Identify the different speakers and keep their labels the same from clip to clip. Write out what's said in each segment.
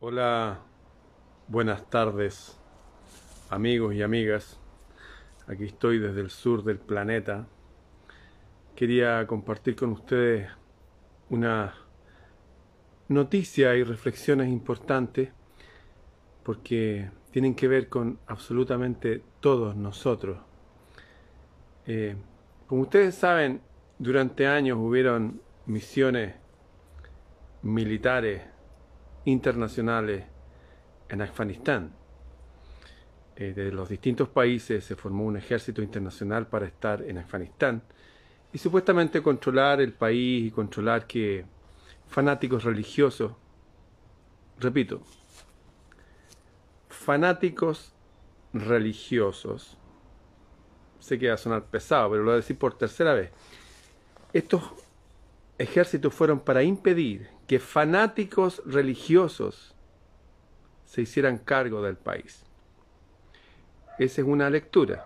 Speaker 1: Hola, buenas tardes, amigos y amigas. Aquí estoy desde el sur del planeta. Quería compartir con ustedes una noticia y reflexiones importantes porque tienen que ver con absolutamente todos nosotros. Eh, Como ustedes saben, durante años hubieron misiones militares internacionales en Afganistán. De los distintos países se formó un ejército internacional para estar en Afganistán y supuestamente controlar el país y controlar que fanáticos religiosos, repito, fanáticos religiosos, sé que va a sonar pesado, pero lo voy a decir por tercera vez, estos ejércitos fueron para impedir que fanáticos religiosos se hicieran cargo del país. Esa es una lectura.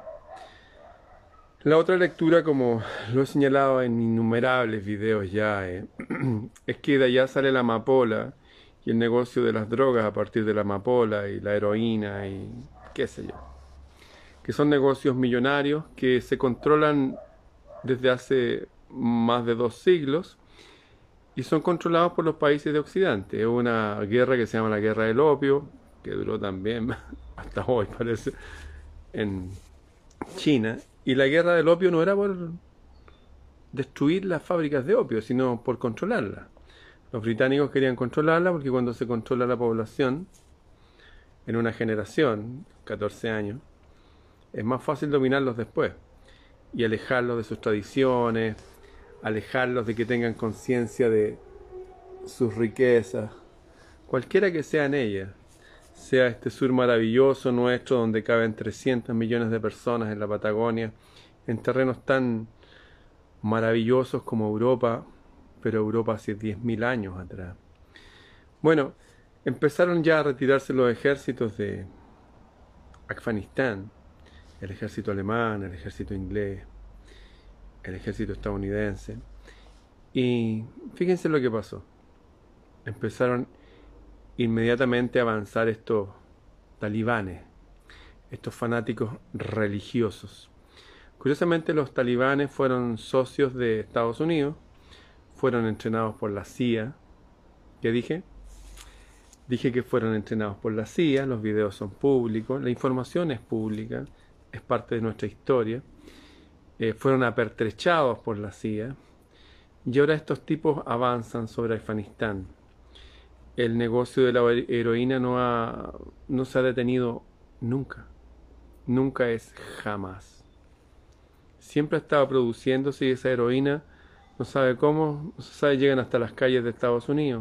Speaker 1: La otra lectura, como lo he señalado en innumerables videos ya, es que de allá sale la amapola y el negocio de las drogas a partir de la amapola y la heroína y qué sé yo. Que son negocios millonarios que se controlan desde hace más de 2 siglos y son controlados por los países de Occidente. Es una guerra que se llama la Guerra del Opio, que duró también hasta hoy, parece, en China. Y la guerra del opio no era por destruir las fábricas de opio, sino por controlarlas. Los británicos querían controlarla porque cuando se controla la población en una generación, 14 años, es más fácil dominarlos después y alejarlos de sus tradiciones, alejarlos de que tengan conciencia de sus riquezas, cualquiera que sean ellas, sea este sur maravilloso nuestro donde caben 300 millones de personas en la Patagonia, en terrenos tan maravillosos como Europa, pero Europa hace 10.000 años atrás. Bueno, empezaron ya a retirarse los ejércitos de Afganistán, el ejército alemán, el ejército inglés, el ejército estadounidense, y fíjense lo que pasó. Empezaron inmediatamente a avanzar estos talibanes, estos fanáticos religiosos. Curiosamente, los talibanes fueron socios de Estados Unidos, fueron entrenados por la CIA. ¿Qué dije? Dije que fueron entrenados por la CIA, los videos son públicos, la información es pública, es parte de nuestra historia. Fueron apertrechados por la CIA y ahora estos tipos avanzan sobre Afganistán. El negocio de la heroína no se ha detenido nunca. Nunca es jamás. Siempre ha estado produciéndose y esa heroína no sabe cómo, no se sabe, llegan hasta las calles de Estados Unidos.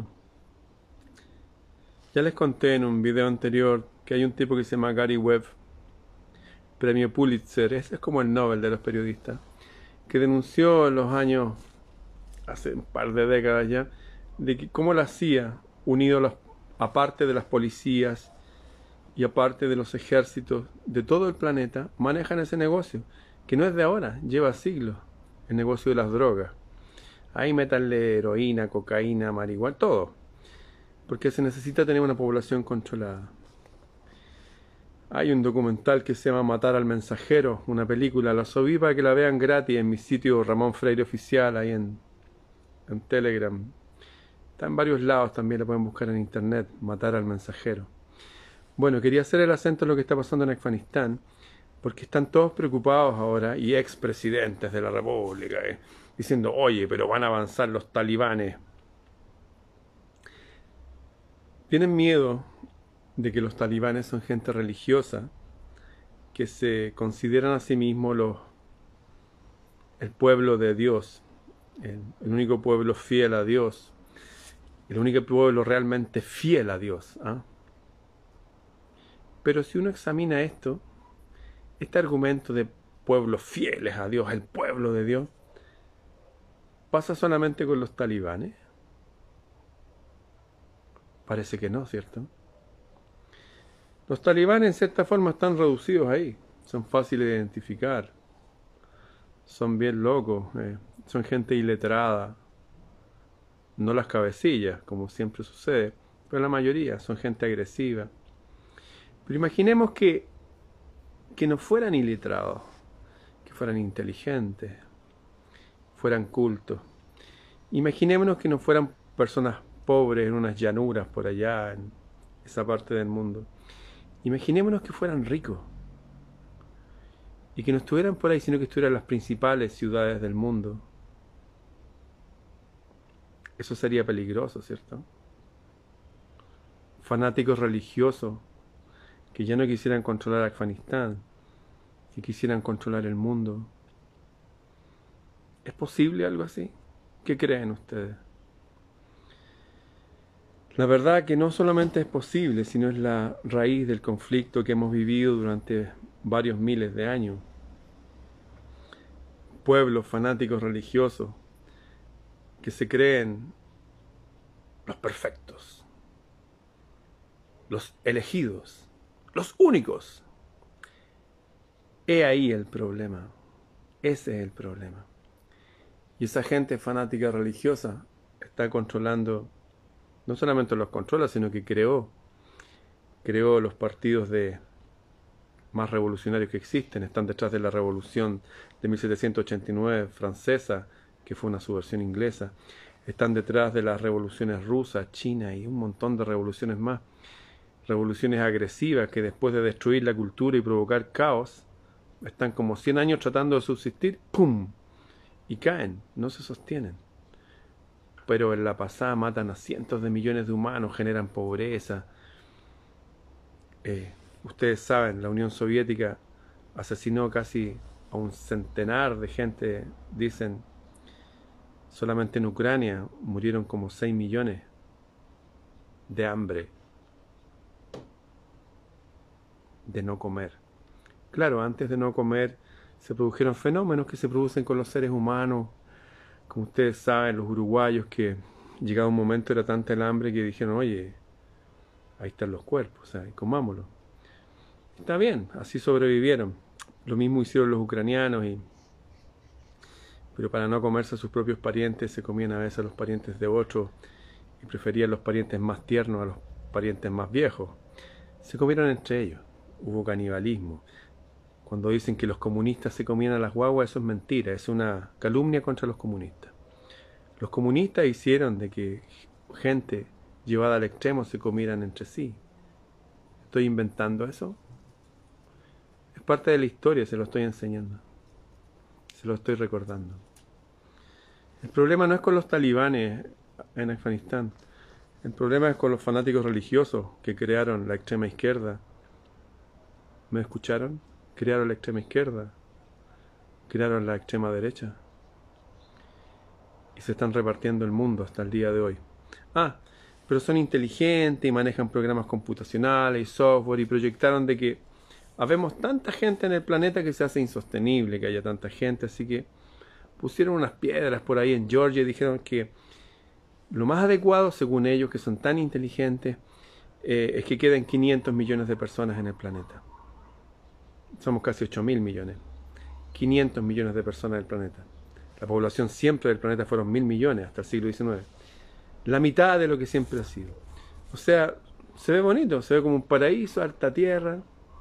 Speaker 1: Ya les conté en un video anterior que hay un tipo que se llama Gary Webb, premio Pulitzer, ese es como el Nobel de los periodistas, que denunció en los años, hace un par de décadas ya, de que cómo la CIA, unido aparte de las policías y aparte de los ejércitos de todo el planeta, manejan ese negocio, que no es de ahora, lleva siglos, el negocio de las drogas. Ahí métanle heroína, cocaína, marihuana, todo, porque se necesita tener una población controlada. Hay un documental que se llama Matar al Mensajero, una película, la subí para que la vean gratis en mi sitio Ramón Freire Oficial, ahí en Telegram. Está en varios lados, también la pueden buscar en internet, Matar al Mensajero. Bueno, quería hacer el acento en lo que está pasando en Afganistán, porque están todos preocupados ahora, y expresidentes de la República, diciendo, oye, pero van a avanzar los talibanes. Tienen miedo de que los talibanes son gente religiosa, que se consideran a sí mismos el pueblo de Dios, el único pueblo fiel a Dios, el único pueblo realmente fiel a Dios. Pero si uno examina esto, este argumento de pueblos fieles a Dios, el pueblo de Dios, ¿pasa solamente con los talibanes? Parece que no, ¿cierto? Los talibanes en cierta forma están reducidos ahí, son fáciles de identificar, son bien locos, son gente iletrada, no las cabecillas, como siempre sucede. pero la mayoría son gente agresiva. Pero imaginemos que no fueran iletrados, que fueran inteligentes, fueran cultos. Imaginémonos que no fueran personas pobres en unas llanuras por allá, en esa parte del mundo. Imaginémonos que fueran ricos y que no estuvieran por ahí, sino que estuvieran en las principales ciudades del mundo. Eso sería peligroso, ¿cierto? Fanáticos religiosos que ya no quisieran controlar Afganistán, que quisieran controlar el mundo. ¿Es posible algo así? ¿Qué creen ustedes? La verdad que no solamente es posible, sino es la raíz del conflicto que hemos vivido durante varios miles de años. Pueblos fanáticos religiosos que se creen los perfectos, los elegidos, los únicos. He ahí el problema. Ese es el problema. Y esa gente fanática religiosa está controlando, no solamente los controla, sino que creó los partidos más revolucionarios que existen. Están detrás de la revolución de 1789 francesa, que fue una subversión inglesa. Están detrás de las revoluciones rusas, China y un montón de revoluciones más. Revoluciones agresivas que después de destruir la cultura y provocar caos, están como 100 años tratando de subsistir, ¡pum! Y caen, no se sostienen. Pero en la pasada matan a cientos de millones de humanos, generan pobreza. Ustedes saben, la Unión Soviética asesinó casi a un centenar de gente, dicen. Solamente en Ucrania murieron como 6 millones de hambre, de no comer. Claro, antes de no comer se produjeron fenómenos que se producen con los seres humanos. Como ustedes saben, los uruguayos, que llegado un momento era tanta el hambre que dijeron, oye, ahí están los cuerpos, ¿sabes? Comámoslo. Está bien, así sobrevivieron. Lo mismo hicieron los ucranianos, pero para no comerse a sus propios parientes se comían a veces a los parientes de otros y preferían los parientes más tiernos a los parientes más viejos. Se comieron entre ellos. Hubo canibalismo. Cuando dicen que los comunistas se comían a las guaguas, eso es mentira, es una calumnia contra los comunistas. Los comunistas hicieron de que gente llevada al extremo se comieran entre sí. ¿Estoy inventando eso? Es parte de la historia, se lo estoy enseñando. Se lo estoy recordando. El problema no es con los talibanes en Afganistán. El problema es con los fanáticos religiosos que crearon la extrema izquierda. ¿Me escucharon? Crearon la extrema izquierda. Crearon la extrema derecha. Y se están repartiendo el mundo hasta el día de hoy. Pero son inteligentes y manejan programas computacionales y software y proyectaron de que habemos tanta gente en el planeta que se hace insostenible que haya tanta gente, así que pusieron unas piedras por ahí en Georgia y dijeron que lo más adecuado, según ellos, que son tan inteligentes, es que queden 500 millones de personas en el planeta. Somos casi 8.000 millones. 500 millones de personas en el planeta. La población siempre del planeta fueron 1.000 millones hasta el siglo XIX. La mitad de lo que siempre ha sido. O sea, se ve bonito, se ve como un paraíso, harta tierra,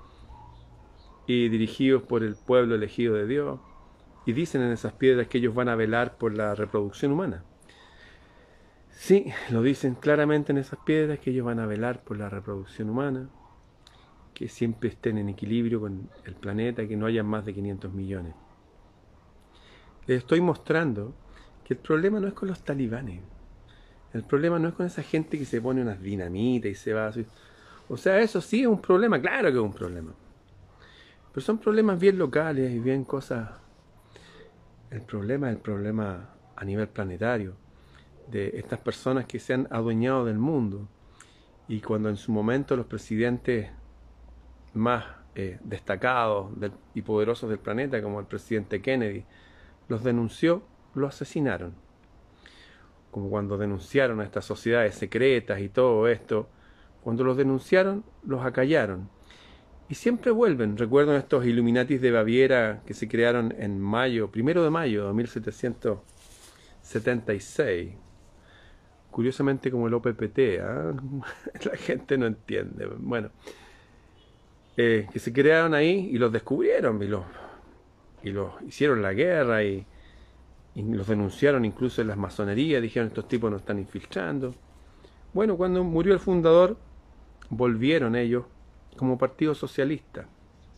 Speaker 1: y dirigidos por el pueblo elegido de Dios. Y dicen en esas piedras que ellos van a velar por la reproducción humana. Sí, lo dicen claramente en esas piedras, que ellos van a velar por la reproducción humana, que siempre estén en equilibrio con el planeta, que no haya más de 500 millones. Les estoy mostrando que el problema no es con los talibanes. El problema no es con esa gente que se pone unas dinamitas y se va así. O sea, eso sí es un problema, claro que es un problema. Pero son problemas bien locales y bien cosas. El problema es el problema a nivel planetario, de estas personas que se han adueñado del mundo. Y cuando en su momento los presidentes más destacados y poderosos del planeta, como el presidente Kennedy, los denunció, lo asesinaron. Como cuando denunciaron a estas sociedades secretas y todo esto, cuando los denunciaron, los acallaron. Y siempre vuelven. Recuerdo estos Illuminatis de Baviera que se crearon en mayo, 1 de mayo de 1776, Curiosamente como el OPPT, ¿ah? La gente no entiende. Bueno, que se crearon ahí y los descubrieron y los hicieron la guerra y los denunciaron incluso en las masonerías, dijeron estos tipos nos están infiltrando. Bueno, cuando murió el fundador, volvieron ellos como Partido Socialista.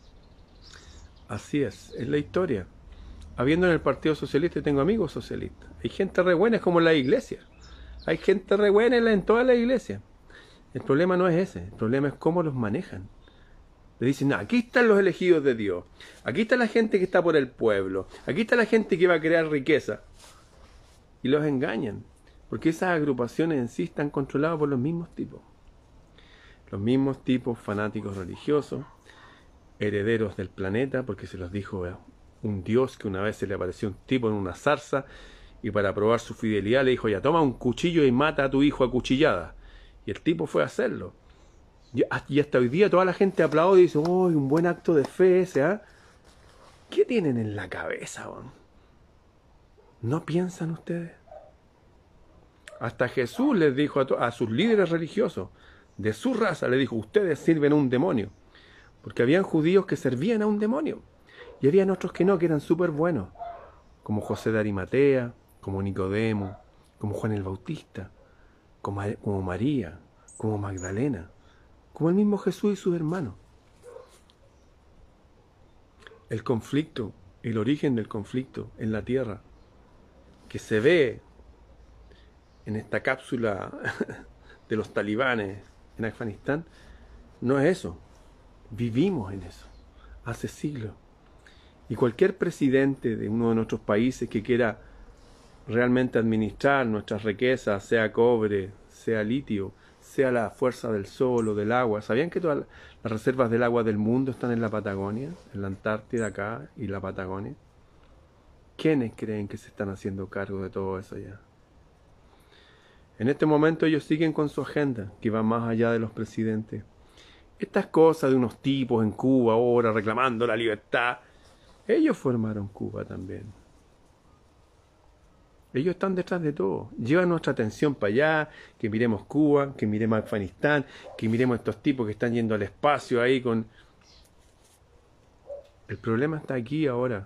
Speaker 1: Así es la historia. Habiendo en el Partido Socialista, tengo amigos socialistas. Hay gente re buena, es como en la iglesia. Hay gente re buena en toda la iglesia. El problema no es ese, el problema es cómo los manejan. Le dicen, no, aquí están los elegidos de Dios, aquí está la gente que está por el pueblo, aquí está la gente que va a crear riqueza. Y los engañan, porque esas agrupaciones en sí están controladas por los mismos tipos. Los mismos tipos fanáticos religiosos, herederos del planeta, porque se los dijo un dios que una vez se le apareció un tipo en una zarza, y para probar su fidelidad le dijo, ya toma un cuchillo y mata a tu hijo a cuchillada. Y el tipo fue a hacerlo. Y hasta hoy día toda la gente aplaude y dice, ¡oh, un buen acto de fe ese! ¿Ah? ¿Qué tienen en la cabeza, man? ¿No piensan ustedes? Hasta Jesús les dijo a sus líderes religiosos, de su raza, le dijo, ustedes sirven a un demonio. Porque habían judíos que servían a un demonio. Y habían otros que no, que eran súper buenos. Como José de Arimatea, como Nicodemo, como Juan el Bautista, como María, como Magdalena, como el mismo Jesús y sus hermanos. El conflicto, el origen del conflicto en la tierra, que se ve en esta cápsula de los talibanes en Afganistán, no es eso. Vivimos en eso, hace siglos. Y cualquier presidente de uno de nuestros países que quiera realmente administrar nuestras riquezas, sea cobre, sea litio, sea la fuerza del sol o del agua. ¿Sabían que todas las reservas del agua del mundo están en la Patagonia? En la Antártida acá y la Patagonia. ¿Quiénes creen que se están haciendo cargo de todo eso ya? En este momento ellos siguen con su agenda, que va más allá de los presidentes. Estas cosas de unos tipos en Cuba ahora reclamando la libertad, ellos formaron Cuba también. Ellos están detrás de todo. Llevan nuestra atención para allá, que miremos Cuba, que miremos Afganistán, que miremos estos tipos que están yendo al espacio ahí con... El problema está aquí ahora.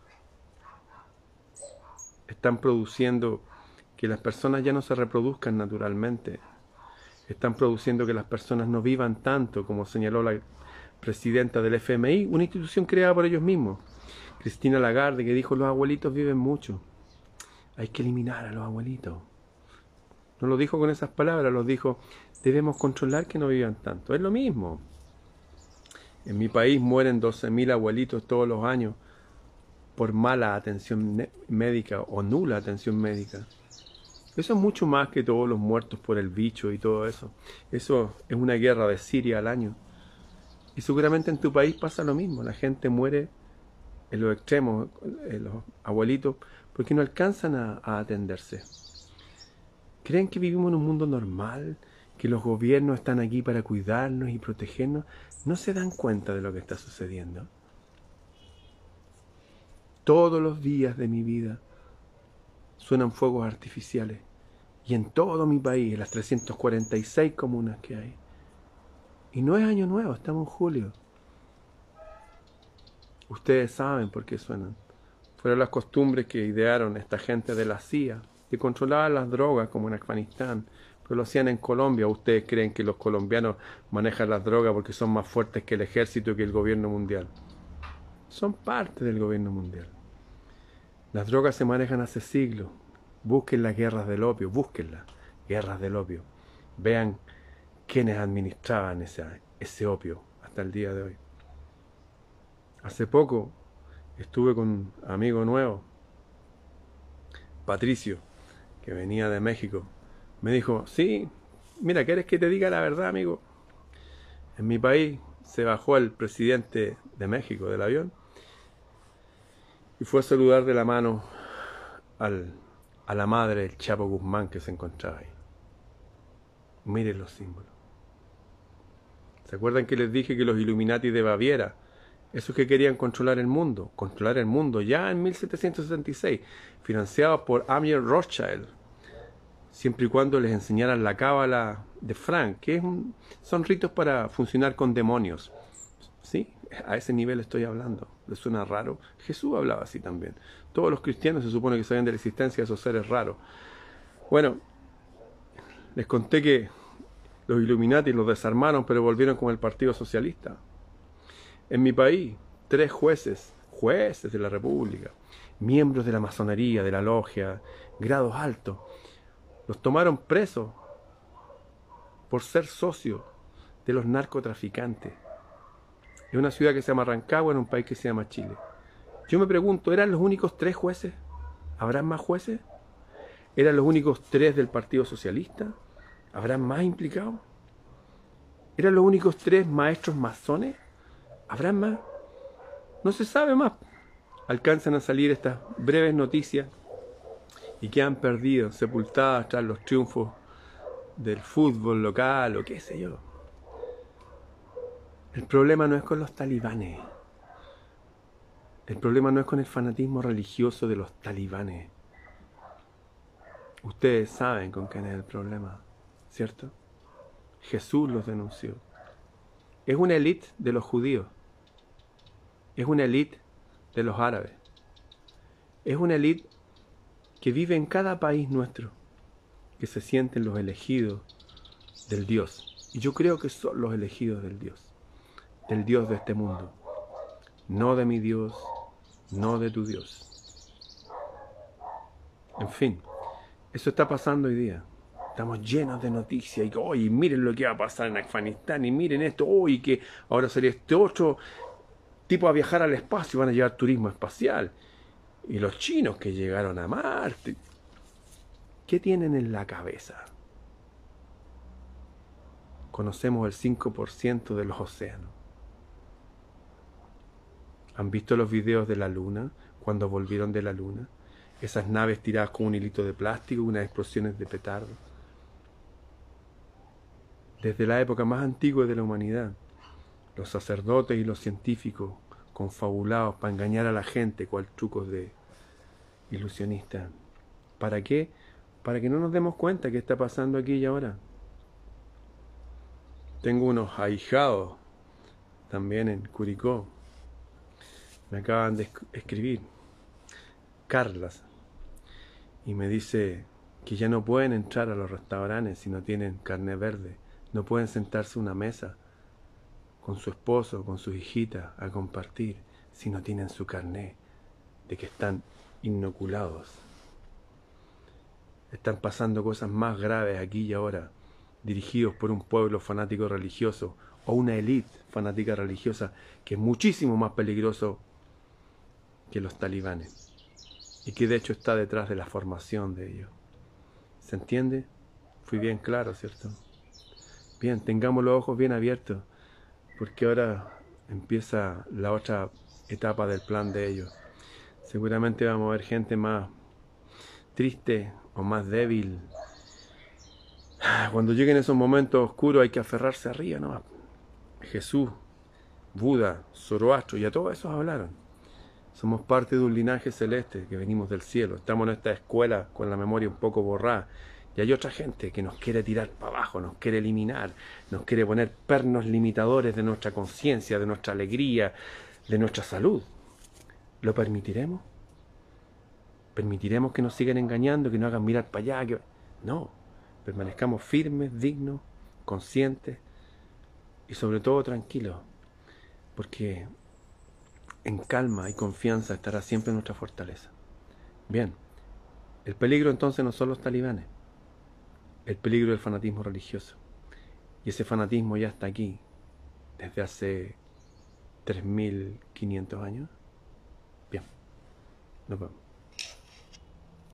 Speaker 1: Están produciendo que las personas ya no se reproduzcan naturalmente. Están produciendo que las personas no vivan tanto, como señaló la presidenta del FMI, una institución creada por ellos mismos, Cristina Lagarde, que dijo, los abuelitos viven mucho. Hay que eliminar a los abuelitos. No lo dijo con esas palabras, lo dijo, debemos controlar que no vivan tanto. Es lo mismo. En mi país mueren 12.000 abuelitos todos los años por mala atención médica o nula atención médica. Eso es mucho más que todos los muertos por el bicho y todo eso. Eso es una guerra de Siria al año. Y seguramente en tu país pasa lo mismo. La gente muere en los extremos, los abuelitos, porque no alcanzan a atenderse. ¿Creen que vivimos en un mundo normal? ¿Que los gobiernos están aquí para cuidarnos y protegernos? ¿No se dan cuenta de lo que está sucediendo? Todos los días de mi vida suenan fuegos artificiales. Y en todo mi país, en las 346 comunas que hay. Y no es año nuevo, estamos en julio. Ustedes saben por qué suenan. Fueron las costumbres que idearon esta gente de la CIA, que controlaban las drogas como en Afganistán, pero lo hacían en Colombia. ¿Ustedes creen que los colombianos manejan las drogas porque son más fuertes que el ejército y que el gobierno mundial? Son parte del gobierno mundial. Las drogas se manejan hace siglos. Busquen las guerras del opio, búsquenlas, guerras del opio. Vean quiénes administraban ese opio hasta el día de hoy. Hace poco estuve con un amigo nuevo, Patricio, que venía de México. Me dijo, sí, mira, ¿quieres que te diga la verdad, amigo? En mi país se bajó el presidente de México del avión y fue a saludar de la mano a la madre del Chapo Guzmán que se encontraba ahí. Miren los símbolos. ¿Se acuerdan que les dije que los Illuminati de Baviera, esos que querían controlar el mundo ya en 1776, financiados por Amir Rothschild, siempre y cuando les enseñaran la cábala de Frank, que son ritos para funcionar con demonios. ¿Sí? A ese nivel estoy hablando. ¿Les suena raro? Jesús hablaba así también. Todos los cristianos se supone que sabían de la existencia de esos seres raros. Bueno, les conté que los Illuminati los desarmaron, pero volvieron con el Partido Socialista. En mi país, 3 jueces de la República, miembros de la masonería, de la logia, grados altos, los tomaron presos por ser socios de los narcotraficantes. Es una ciudad que se llama Rancagua, en un país que se llama Chile. Yo me pregunto, ¿eran los únicos 3 jueces? ¿Habrán más jueces? ¿Eran los únicos 3 del Partido Socialista? ¿Habrán más implicados? ¿Eran los únicos 3 maestros masones? ¿Habrán más? No se sabe más. Alcanzan a salir estas breves noticias y quedan perdidos, sepultadas tras los triunfos del fútbol local o qué sé yo. El problema no es con los talibanes. El problema no es con el fanatismo religioso de los talibanes. Ustedes saben con quién es el problema, ¿cierto? Jesús los denunció. Es una élite de los judíos. Es una élite de los árabes. Es una élite que vive en cada país nuestro, que se sienten los elegidos del Dios. Y yo creo que son los elegidos del Dios de este mundo. No de mi Dios, no de tu Dios. En fin, eso está pasando hoy día. Estamos llenos de noticias y oye, miren lo que va a pasar en Afganistán y miren esto, oye, que ahora sería este otro tipo a viajar al espacio, van a llevar turismo espacial. Y los chinos que llegaron a Marte. ¿Qué tienen en la cabeza? Conocemos el 5% de los océanos. ¿Han visto los videos de la Luna? Cuando volvieron de la Luna. Esas naves tiradas con un hilito de plástico, unas explosiones de petardo. Desde la época más antigua de la humanidad, los sacerdotes y los científicos confabulados para engañar a la gente cual trucos de ilusionistas. ¿Para qué? Para que no nos demos cuenta que está pasando aquí y ahora. Tengo unos ahijados también en Curicó. Me acaban de escribir, Carlas, y me dice que ya no pueden entrar a los restaurantes si no tienen carné verde. No pueden sentarse a una mesa con su esposo, con sus hijitas, a compartir si no tienen su carné de que están inoculados. Están pasando cosas más graves aquí y ahora, dirigidos por un pueblo fanático religioso o una élite fanática religiosa que es muchísimo más peligroso que los talibanes y que de hecho está detrás de la formación de ellos. ¿Se entiende? Fui bien claro, ¿cierto? Bien, tengamos los ojos bien abiertos porque ahora empieza la otra etapa del plan de ellos. Seguramente vamos a ver gente más triste o más débil. Cuando lleguen esos momentos oscuros hay que aferrarse arriba, ¿no? Jesús, Buda, Zoroastro, y a todos esos hablaron. Somos parte de un linaje celeste que venimos del cielo. Estamos en esta escuela con la memoria un poco borrada. Y hay otra gente que nos quiere tirar para abajo, nos quiere eliminar, nos quiere poner pernos limitadores de nuestra conciencia, de nuestra alegría, de nuestra salud. ¿Lo permitiremos? ¿Permitiremos que nos sigan engañando, que nos hagan mirar para allá? No, permanezcamos firmes, dignos, conscientes y sobre todo tranquilos, porque en calma y confianza estará siempre nuestra fortaleza. Bien, el peligro entonces no son los talibanes, el peligro del fanatismo religioso. Y ese fanatismo ya está aquí desde hace 3.500 años. Bien, nos vemos.